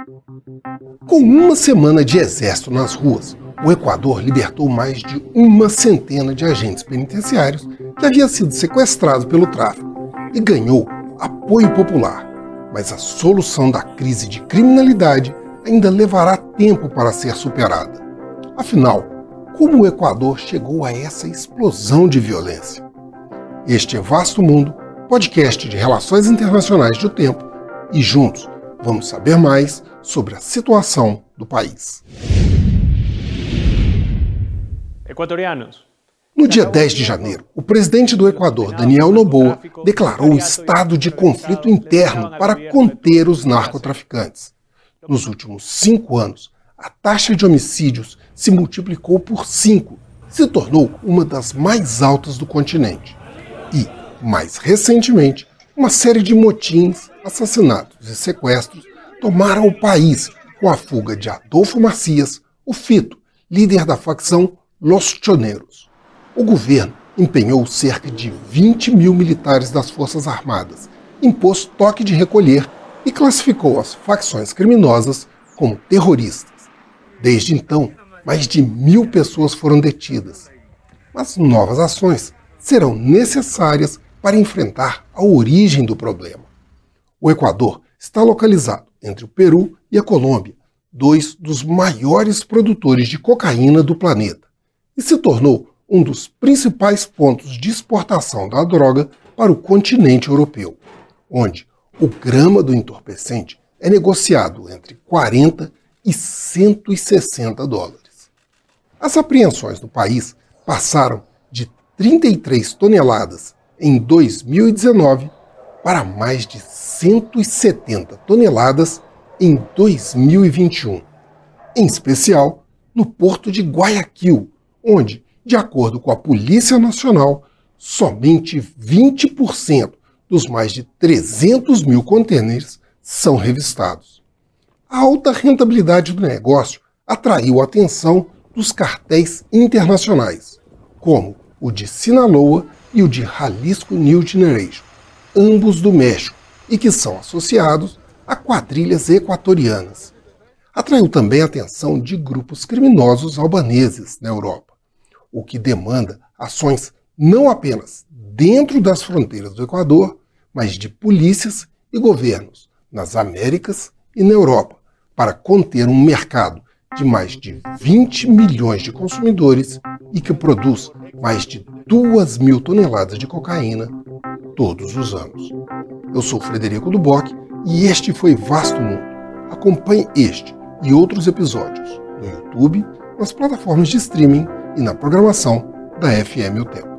Com uma semana de exército nas ruas, o Equador libertou mais de uma centena de agentes penitenciários que haviam sido sequestrados pelo tráfico e ganhou apoio popular. Mas a solução da crise de criminalidade ainda levará tempo para ser superada. Afinal, como o Equador chegou a essa explosão de violência? Este é Vasto Mundo, podcast de Relações Internacionais do Tempo, e juntos vamos saber mais sobre a situação do país. Equatorianos. No dia 10 de janeiro, o presidente do Equador, Daniel Noboa, declarou estado de conflito interno para conter os narcotraficantes. Nos últimos 5 anos, a taxa de homicídios se multiplicou por 5, se tornou uma das mais altas do continente. E, mais recentemente, uma série de motins, assassinatos e sequestros tomaram o país com a fuga de Adolfo Macias, o Fito, líder da facção Los Choneros. O governo empenhou cerca de 20 mil militares das Forças Armadas, impôs toque de recolher e classificou as facções criminosas como terroristas. Desde então, mais de 1.000 pessoas foram detidas. Mas novas ações serão necessárias para enfrentar a origem do problema. O Equador está localizado entre o Peru e a Colômbia, dois dos maiores produtores de cocaína do planeta, e se tornou um dos principais pontos de exportação da droga para o continente europeu, onde o grama do entorpecente é negociado entre 40 e 160 dólares. As apreensões no país passaram de 33 toneladas em 2019 para mais de 170 toneladas em 2021, em especial no porto de Guayaquil, onde, de acordo com a Polícia Nacional, somente 20% dos mais de 300 mil contêineres são revistados. A alta rentabilidade do negócio atraiu a atenção dos cartéis internacionais, como o de Sinaloa e o de Jalisco New Generation, ambos do México, e que são associados a quadrilhas equatorianas. Atraiu também a atenção de grupos criminosos albaneses na Europa, o que demanda ações não apenas dentro das fronteiras do Equador, mas de polícias e governos nas Américas e na Europa, para conter um mercado de mais de 20 milhões de consumidores e que produz mais de 2.000 toneladas de cocaína todos os anos. Eu sou Frederico Duboc e este foi Vasto Mundo. Acompanhe este e outros episódios no YouTube, nas plataformas de streaming e na programação da FM O Tempo.